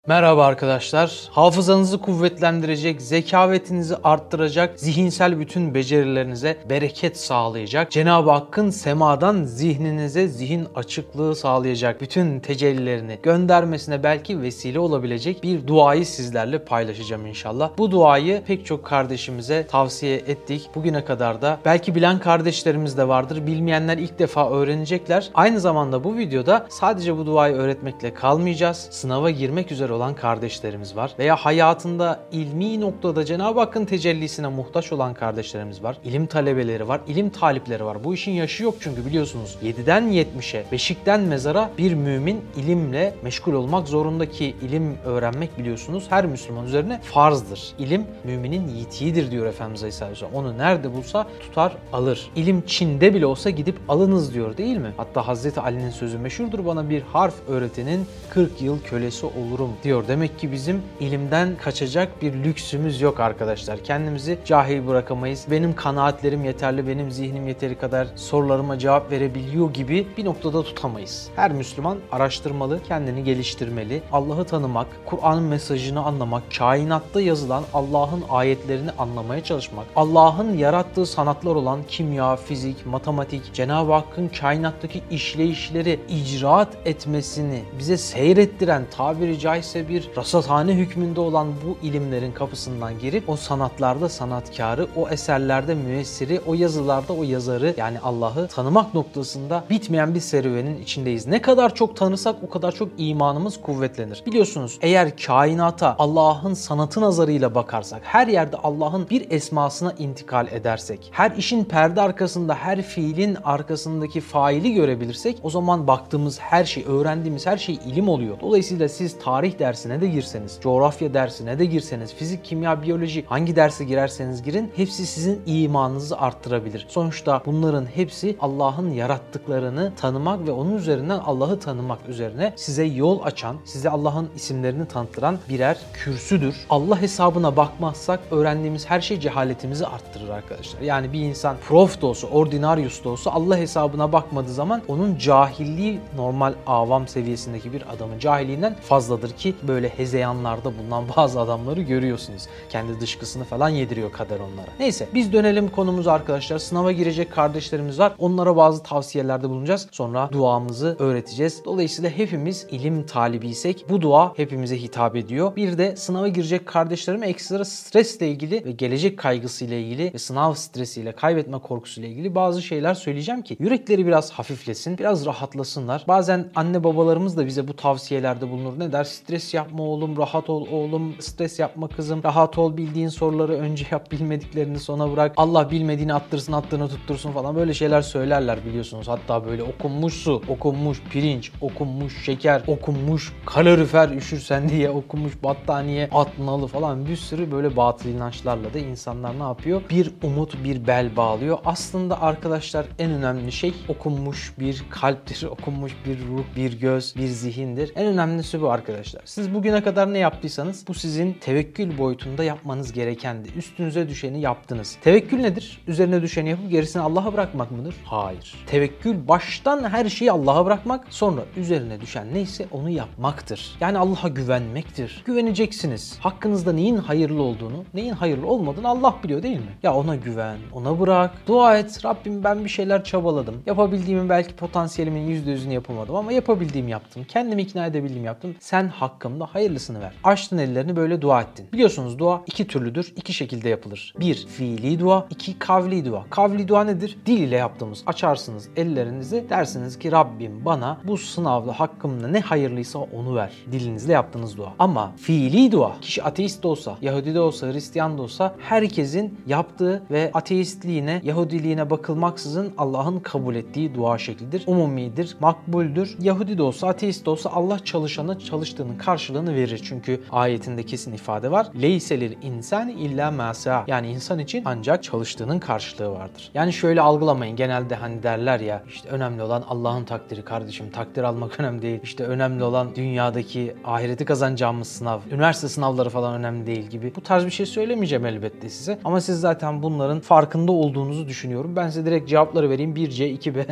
Merhaba arkadaşlar. Hafızanızı kuvvetlendirecek, zekavetinizi arttıracak, zihinsel bütün becerilerinize bereket sağlayacak, Cenab-ı Hakk'ın semadan zihninize zihin açıklığı sağlayacak bütün tecellilerini göndermesine belki vesile olabilecek bir duayı sizlerle paylaşacağım inşallah. Bu duayı pek çok kardeşimize tavsiye ettik. Bugüne kadar da belki bilen kardeşlerimiz de vardır. Bilmeyenler ilk defa öğrenecekler. Aynı zamanda bu videoda sadece bu duayı öğretmekle kalmayacağız. Sınava girmek üzere olan kardeşlerimiz var veya hayatında ilmi noktada Cenab-ı Hakk'ın tecellisine muhtaç olan kardeşlerimiz var. İlim talebeleri var, ilim talipleri var. Bu işin yaşı yok çünkü biliyorsunuz 7'den 70'e, beşikten mezara bir mümin ilimle meşgul olmak zorunda ki ilim öğrenmek biliyorsunuz her Müslüman üzerine farzdır. İlim müminin yitiğidir diyor Efendimiz Aleyhisselam. Onu nerede bulsa tutar alır. İlim Çin'de bile olsa gidip alınız diyor değil mi? Hatta Hazreti Ali'nin sözü meşhurdur, bana bir harf öğretenin 40 yıl kölesi olurum diyor. Demek ki bizim ilimden kaçacak bir lüksümüz yok arkadaşlar. Kendimizi cahil bırakamayız. Benim kanaatlerim yeterli, benim zihnim yeteri kadar sorularıma cevap verebiliyor gibi bir noktada tutamayız. Her Müslüman araştırmalı, kendini geliştirmeli. Allah'ı tanımak, Kur'an'ın mesajını anlamak, kainatta yazılan Allah'ın ayetlerini anlamaya çalışmak, Allah'ın yarattığı sanatlar olan kimya, fizik, matematik, Cenab-ı Hakk'ın kainattaki işleyişleri icraat etmesini bize seyrettiren, tabiri caizse bir rasathane hükmünde olan bu ilimlerin kapısından girip o sanatlarda sanatkarı, o eserlerde müessiri, o yazılarda o yazarı, yani Allah'ı tanımak noktasında bitmeyen bir serüvenin içindeyiz. Ne kadar çok tanırsak o kadar çok imanımız kuvvetlenir. Biliyorsunuz eğer kainata Allah'ın sanatı nazarıyla bakarsak, her yerde Allah'ın bir esmasına intikal edersek, her işin perde arkasında, her fiilin arkasındaki faili görebilirsek, o zaman baktığımız her şey, öğrendiğimiz her şey ilim oluyor. Dolayısıyla siz tarih dersine de girseniz, coğrafya dersine de girseniz, fizik, kimya, biyoloji hangi derse girerseniz girin, hepsi sizin imanınızı arttırabilir. Sonuçta bunların hepsi Allah'ın yarattıklarını tanımak ve onun üzerinden Allah'ı tanımak üzerine size yol açan, size Allah'ın isimlerini tanıttıran birer kürsüdür. Allah hesabına bakmazsak öğrendiğimiz her şey cehaletimizi arttırır arkadaşlar. Yani bir insan prof da olsa, ordinarius da olsa Allah hesabına bakmadığı zaman onun cahilliği normal avam seviyesindeki bir adamın cahilliğinden fazladır ki böyle hezeyanlarda bulunan bazı adamları görüyorsunuz. Kendi dışkısını falan yediriyor kader onlara. Neyse, biz dönelim konumuza arkadaşlar. Sınava girecek kardeşlerimiz var. Onlara bazı tavsiyelerde bulunacağız. Sonra duamızı öğreteceğiz. Dolayısıyla hepimiz ilim talibiysek bu dua hepimize hitap ediyor. Bir de sınava girecek kardeşlerime ekstra stresle ilgili ve gelecek kaygısıyla ilgili ve sınav stresiyle, kaybetme korkusuyla ilgili bazı şeyler söyleyeceğim ki yürekleri biraz hafiflesin, biraz rahatlasınlar. Bazen anne babalarımız da bize bu tavsiyelerde bulunur. Ne der? Stres yapma oğlum, rahat ol oğlum, stres yapma kızım, rahat ol, bildiğin soruları önce yap, bilmediklerini sona bırak, Allah bilmediğini attırsın, attığını tuttursun falan, böyle şeyler söylerler biliyorsunuz. Hatta böyle okunmuş su, okunmuş pirinç, okunmuş şeker, okunmuş kalorifer üşürsen diye, okunmuş battaniye atmalı falan, bir sürü böyle batıl inançlarla da insanlar ne yapıyor? Bir umut, bir bel bağlıyor. Aslında arkadaşlar en önemli şey okunmuş bir kalptir, okunmuş bir ruh, bir göz, bir zihindir. En önemlisi bu arkadaşlar. Siz bugüne kadar ne yaptıysanız bu sizin tevekkül boyutunda yapmanız gerekendi. Üstünüze düşeni yaptınız. Tevekkül nedir? Üzerine düşeni yapıp gerisini Allah'a bırakmak mıdır? Hayır. Tevekkül baştan her şeyi Allah'a bırakmak, sonra üzerine düşen neyse onu yapmaktır. Yani Allah'a güvenmektir. Güveneceksiniz. Hakkınızda neyin hayırlı olduğunu, neyin hayırlı olmadığını Allah biliyor değil mi? Ya ona güven, ona bırak. Dua et. Rabbim ben bir şeyler çabaladım. Yapabildiğimin belki potansiyelimin %100'ünü yapamadım ama yapabildiğimi yaptım. Kendimi ikna edebildiğimi yaptım. Sen hakkımda hayırlısını ver. Açtın ellerini, böyle dua ettin. Biliyorsunuz dua iki türlüdür. İki şekilde yapılır. Bir, fiili dua. İki, kavli dua. Kavli dua nedir? Dil ile yaptığımız. Açarsınız ellerinizi, dersiniz ki Rabbim bana bu sınavda hakkımda ne hayırlıysa onu ver. Dilinizle yaptığınız dua. Ama fiili dua, kişi ateist de olsa, Yahudi de olsa, Hristiyan da olsa herkesin yaptığı ve ateistliğine, Yahudiliğine bakılmaksızın Allah'ın kabul ettiği dua şeklidir. Umumidir, makbuldür. Yahudi de olsa, ateist de olsa Allah çalışana çalıştığının karşılığını verir. Çünkü ayetinde kesin ifade var. Leyselil insani illa ma sa'a. Yani insan için ancak çalıştığının karşılığı vardır. Yani şöyle algılamayın. Genelde hani derler ya, işte önemli olan Allah'ın takdiri kardeşim. Takdir almak önemli değil. İşte önemli olan dünyadaki ahireti kazanacağımız sınav. Üniversite sınavları falan önemli değil gibi. Bu tarz bir şey söylemeyeceğim elbette size. Ama siz zaten bunların farkında olduğunuzu düşünüyorum. Ben size direkt cevapları vereyim. 1C, 2B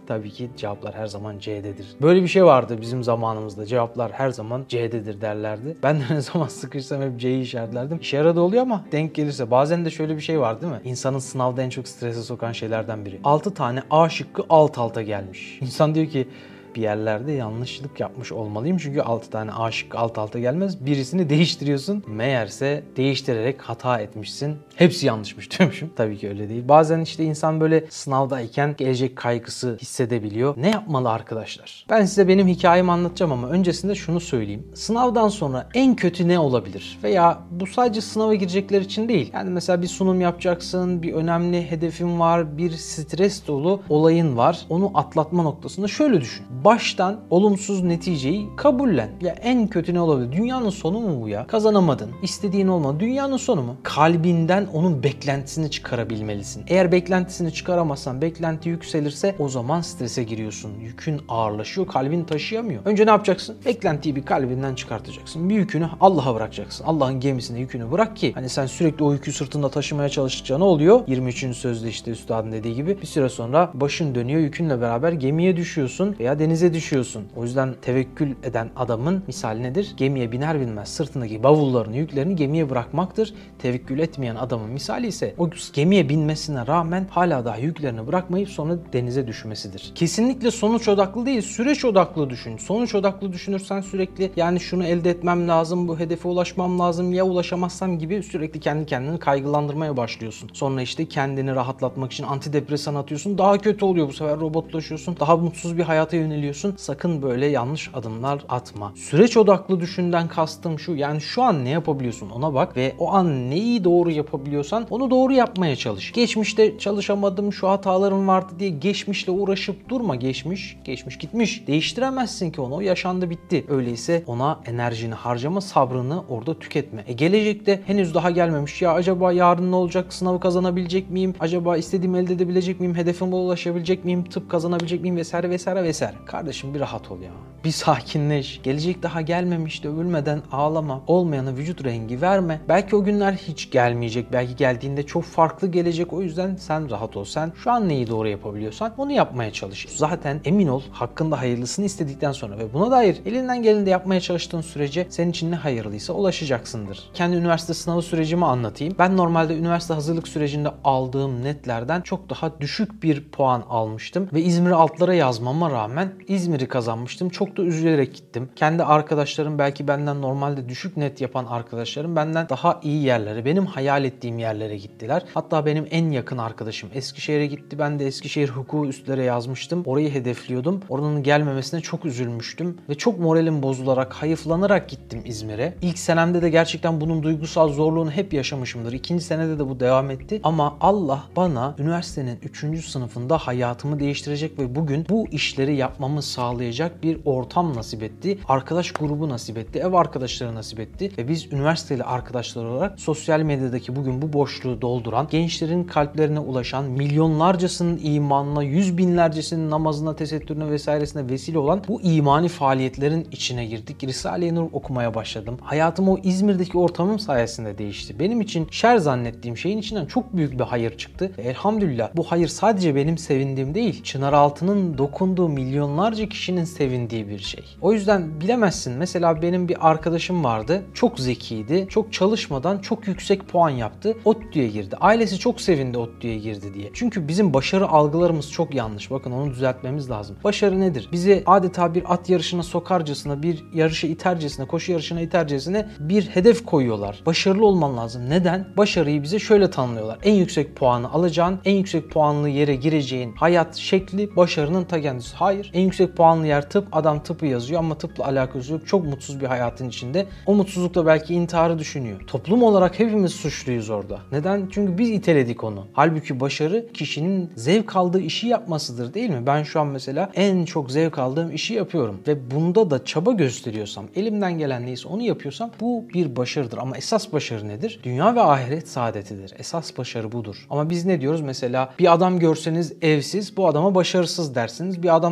Tabii ki cevaplar her zaman C'dedir. Böyle bir şey vardı bizim zamanımızda. Cevaplar her zaman C'dedir derlerdi. Ben de ne zaman sıkışsam hep C'yi işaretlerdim. İşe yaradı oluyor ama denk gelirse. Bazen de şöyle bir şey var değil mi? İnsanın sınavda en çok strese sokan şeylerden biri. 6 tane A şıkkı alt alta gelmiş. İnsan diyor ki bir yerlerde yanlışlık yapmış olmalıyım. Çünkü 6 tane A şıkkı alt alta gelmez. Birisini değiştiriyorsun. Meğerse değiştirerek hata etmişsin. Hepsi yanlışmış diyormuşum. Tabii ki öyle değil. Bazen işte insan böyle sınavdayken gelecek kaygısı hissedebiliyor. Ne yapmalı arkadaşlar? Ben size benim hikayemi anlatacağım ama öncesinde şunu söyleyeyim. Sınavdan sonra en kötü ne olabilir? Veya bu sadece sınava girecekler için değil. Yani mesela bir sunum yapacaksın, bir önemli hedefin var, bir stres dolu olayın var. Onu atlatma noktasında şöyle düşün. Baştan olumsuz neticeyi kabullen. Ya en kötü ne olabilir? Dünyanın sonu mu bu ya? Kazanamadın. İstediğin olmadı. Dünyanın sonu mu? Kalbinden onun beklentisini çıkarabilmelisin. Eğer beklentisini çıkaramazsan, beklenti yükselirse o zaman strese giriyorsun. Yükün ağırlaşıyor. Kalbin taşıyamıyor. Önce ne yapacaksın? Beklentiyi bir kalbinden çıkartacaksın. Bir yükünü Allah'a bırakacaksın. Allah'ın gemisine yükünü bırak ki hani sen sürekli o yükü sırtında taşımaya çalıştıkça ne oluyor? 23. sözde işte üstadın dediği gibi bir süre sonra başın dönüyor. Yükünle beraber gemiye düşüyorsun veya denize düşüyorsun. O yüzden tevekkül eden adamın misali nedir? Gemiye biner binmez sırtındaki bavullarını, yüklerini gemiye bırakmaktır. Tevekkül etmeyen adamın misali ise o gemiye binmesine rağmen hala daha yüklerini bırakmayıp sonra denize düşmesidir. Kesinlikle sonuç odaklı değil, süreç odaklı düşün. Sonuç odaklı düşünürsen sürekli yani şunu elde etmem lazım, bu hedefe ulaşmam lazım, ya ulaşamazsam gibi sürekli kendi kendini kaygılandırmaya başlıyorsun. Sonra işte kendini rahatlatmak için antidepresan atıyorsun. Daha kötü oluyor, bu sefer robotlaşıyorsun. Daha mutsuz bir hayata yöneliyorsun. Sakın böyle yanlış adımlar atma. Süreç odaklı düşünden kastım şu. Yani şu an ne yapabiliyorsun ona bak ve o an neyi doğru yapabiliyorsan onu doğru yapmaya çalış. Geçmişte çalışamadım, şu hatalarım vardı diye geçmişle uğraşıp durma. Geçmiş gitmiş. Değiştiremezsin ki onu. O yaşandı bitti. Öyleyse ona enerjini harcama, sabrını orada tüketme. Gelecekte henüz daha gelmemiş. Ya acaba yarın ne olacak? Sınavı kazanabilecek miyim? Acaba istediğimi elde edebilecek miyim? Hedefime ulaşabilecek miyim? Tıp kazanabilecek miyim? Vesaire vesaire vesaire. Kardeşim bir rahat ol ya. Bir sakinleş. Gelecek daha gelmemiş de övülmeden ağlama. Olmayana vücut rengi verme. Belki o günler hiç gelmeyecek. Belki geldiğinde çok farklı gelecek. O yüzden sen rahat ol. Sen şu an neyi doğru yapabiliyorsan onu yapmaya çalış. Zaten emin ol hakkında hayırlısını istedikten sonra ve buna dair elinden geleni de yapmaya çalıştığın sürece senin için ne hayırlıysa ulaşacaksındır. Kendi üniversite sınavı sürecimi anlatayım. Ben normalde üniversite hazırlık sürecinde aldığım netlerden çok daha düşük bir puan almıştım ve İzmir'i altlara yazmama rağmen İzmir'i kazanmıştım. Çok da üzülerek gittim. Kendi arkadaşlarım belki benden normalde düşük net yapan arkadaşlarım benden daha iyi yerlere, benim hayal ettiğim yerlere gittiler. Hatta benim en yakın arkadaşım Eskişehir'e gitti. Ben de Eskişehir hukuku üstlere yazmıştım. Orayı hedefliyordum. Oranın gelmemesine çok üzülmüştüm ve çok moralim bozularak, hayıflanarak gittim İzmir'e. İlk senemde de gerçekten bunun duygusal zorluğunu hep yaşamışımdır. İkinci senede de bu devam etti. Ama Allah bana üniversitenin 3. sınıfında hayatımı değiştirecek ve bugün bu işleri yapmamı sağlayacak bir ortam nasip etti. Arkadaş grubu nasip etti. Ev arkadaşları nasip etti. Ve biz üniversiteli arkadaşlar olarak sosyal medyadaki bugün bu boşluğu dolduran, gençlerin kalplerine ulaşan, milyonlarcasının imanına, yüz binlercesinin namazına, tesettürüne vesairesine vesile olan bu imani faaliyetlerin içine girdik. Risale-i Nur okumaya başladım. Hayatım o İzmir'deki ortamım sayesinde değişti. Benim için şer zannettiğim şeyin içinden çok büyük bir hayır çıktı. Elhamdülillah bu hayır sadece benim sevindiğim değil, Çınaraltı'nın dokunduğu milyonlarca kişinin sevindiği bir şey. O yüzden bilemezsin. Mesela benim bir arkadaşım vardı. Çok zekiydi. Çok çalışmadan çok yüksek puan yaptı. ODTÜ'ye girdi. Ailesi çok sevindi ODTÜ'ye girdi diye. Çünkü bizim başarı algılarımız çok yanlış. Bakın onu düzeltmemiz lazım. Başarı nedir? Bizi adeta bir at yarışına sokarcasına, bir yarışa itercesine, koşu yarışına itercesine bir hedef koyuyorlar. Başarılı olman lazım. Neden? Başarıyı bize şöyle tanımlıyorlar. En yüksek puanı alacağın, en yüksek puanlı yere gireceğin hayat şekli başarının ta kendisi. Hayır. En yüksek puanlı yer tıp. Adam tıpı yazıyor ama tıpla alakası yok. Çok mutsuz bir hayatın içinde. O mutsuzlukla belki intiharı düşünüyor. Toplum olarak hepimiz suçluyuz orada. Neden? Çünkü biz iteledik onu. Halbuki başarı kişinin zevk aldığı işi yapmasıdır değil mi? Ben şu an mesela en çok zevk aldığım işi yapıyorum ve bunda da çaba gösteriyorsam, elimden gelen neyse onu yapıyorsam bu bir başarıdır. Ama esas başarı nedir? Dünya ve ahiret saadetidir. Esas başarı budur. Ama biz ne diyoruz? Mesela bir adam görseniz evsiz, bu adama başarısız dersiniz. Bir adam da görseniz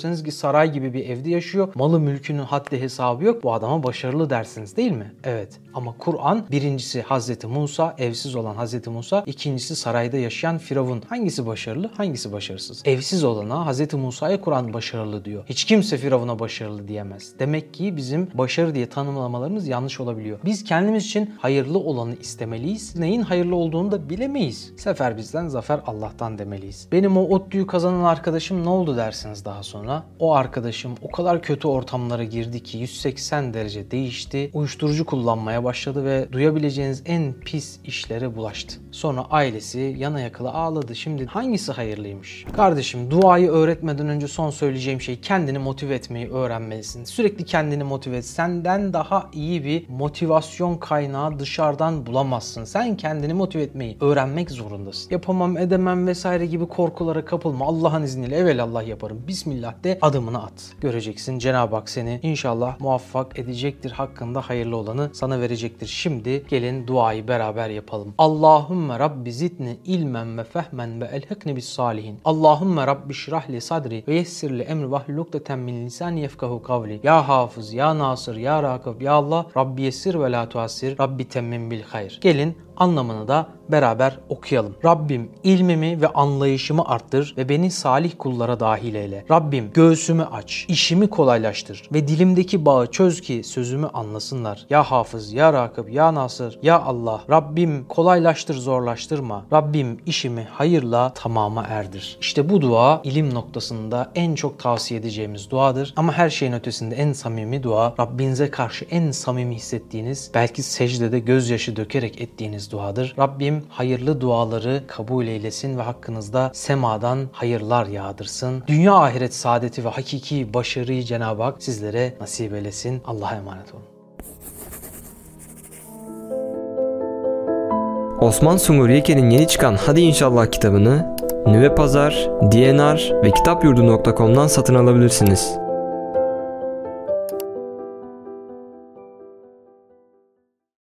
dersiniz ki saray gibi bir evde yaşıyor. Malı mülkünün haddi hesabı yok. Bu adama başarılı dersiniz değil mi? Evet. Ama Kur'an birincisi Hazreti Musa, evsiz olan Hazreti Musa, ikincisi sarayda yaşayan Firavun. Hangisi başarılı, hangisi başarısız? Evsiz olana Hazreti Musa'ya Kur'an başarılı diyor. Hiç kimse Firavun'a başarılı diyemez. Demek ki bizim başarı diye tanımlamalarımız yanlış olabiliyor. Biz kendimiz için hayırlı olanı istemeliyiz. Neyin hayırlı olduğunu da bilemeyiz. Sefer bizden, zafer Allah'tan demeliyiz. Benim o ODTÜ'yü kazanan arkadaşım ne oldu dersiniz daha sonra? O arkadaşım o kadar kötü ortamlara girdi ki 180 derece değişti. Uyuşturucu kullanmaya başladı ve duyabileceğiniz en pis işlere bulaştı. Sonra ailesi yana yakıla ağladı. Şimdi hangisi hayırlıymış? Kardeşim, duayı öğretmeden önce son söyleyeceğim şey, kendini motive etmeyi öğrenmelisin. Sürekli kendini motive et. Senden daha iyi bir motivasyon kaynağı dışarıdan bulamazsın. Sen kendini motive etmeyi öğrenmek zorundasın. Yapamam, edemem vesaire gibi korkulara kapılma. Allah'ın izniyle evelallah yaparım, Bismillah de, adımını at. Göreceksin Cenab-ı Hak seni inşallah muvaffak edecektir. Hakkında hayırlı olanı sana verecektir. Şimdi gelin duayı beraber yapalım. Allahümme Rabbi zidni ilmen ve fehmen ve elhikni bis salihin. Allahümme Rabbi şrahli sadri ve yessirli emri vahlukdeten min lisani yefkahu kavli. Ya Hafız, Ya Nasır, Ya Rakib, Ya Allah, Rabbi yessir ve la tuassir, Rabbi temmim bil hayr. Gelin anlamını da beraber okuyalım. Rabbim ilmimi ve anlayışımı arttır ve beni salih kullara dahil eyle. Rabbim göğsümü aç, işimi kolaylaştır ve dilimdeki bağı çöz ki sözümü anlasınlar. Ya Hafız, Ya Rakib, Ya Nasır, Ya Allah, Rabbim kolaylaştır, zorlaştırma. Rabbim işimi hayırla tamama erdir. İşte bu dua ilim noktasında en çok tavsiye edeceğimiz duadır. Ama her şeyin ötesinde en samimi dua, Rabbinize karşı en samimi hissettiğiniz, belki secdede gözyaşı dökerek ettiğiniz duadır. Rabbim hayırlı duaları kabul eylesin ve hakkınızda semadan hayırlar yağdırsın. Dünya ahiret saadeti ve hakiki başarıyı Cenab-ı Hak sizlere nasip eylesin. Allah'a emanet olun. Osman Sungur Yeker'in yeni çıkan Hadi İnşallah kitabını Nüve Pazar, DNR ve kitapyurdu.com'dan satın alabilirsiniz.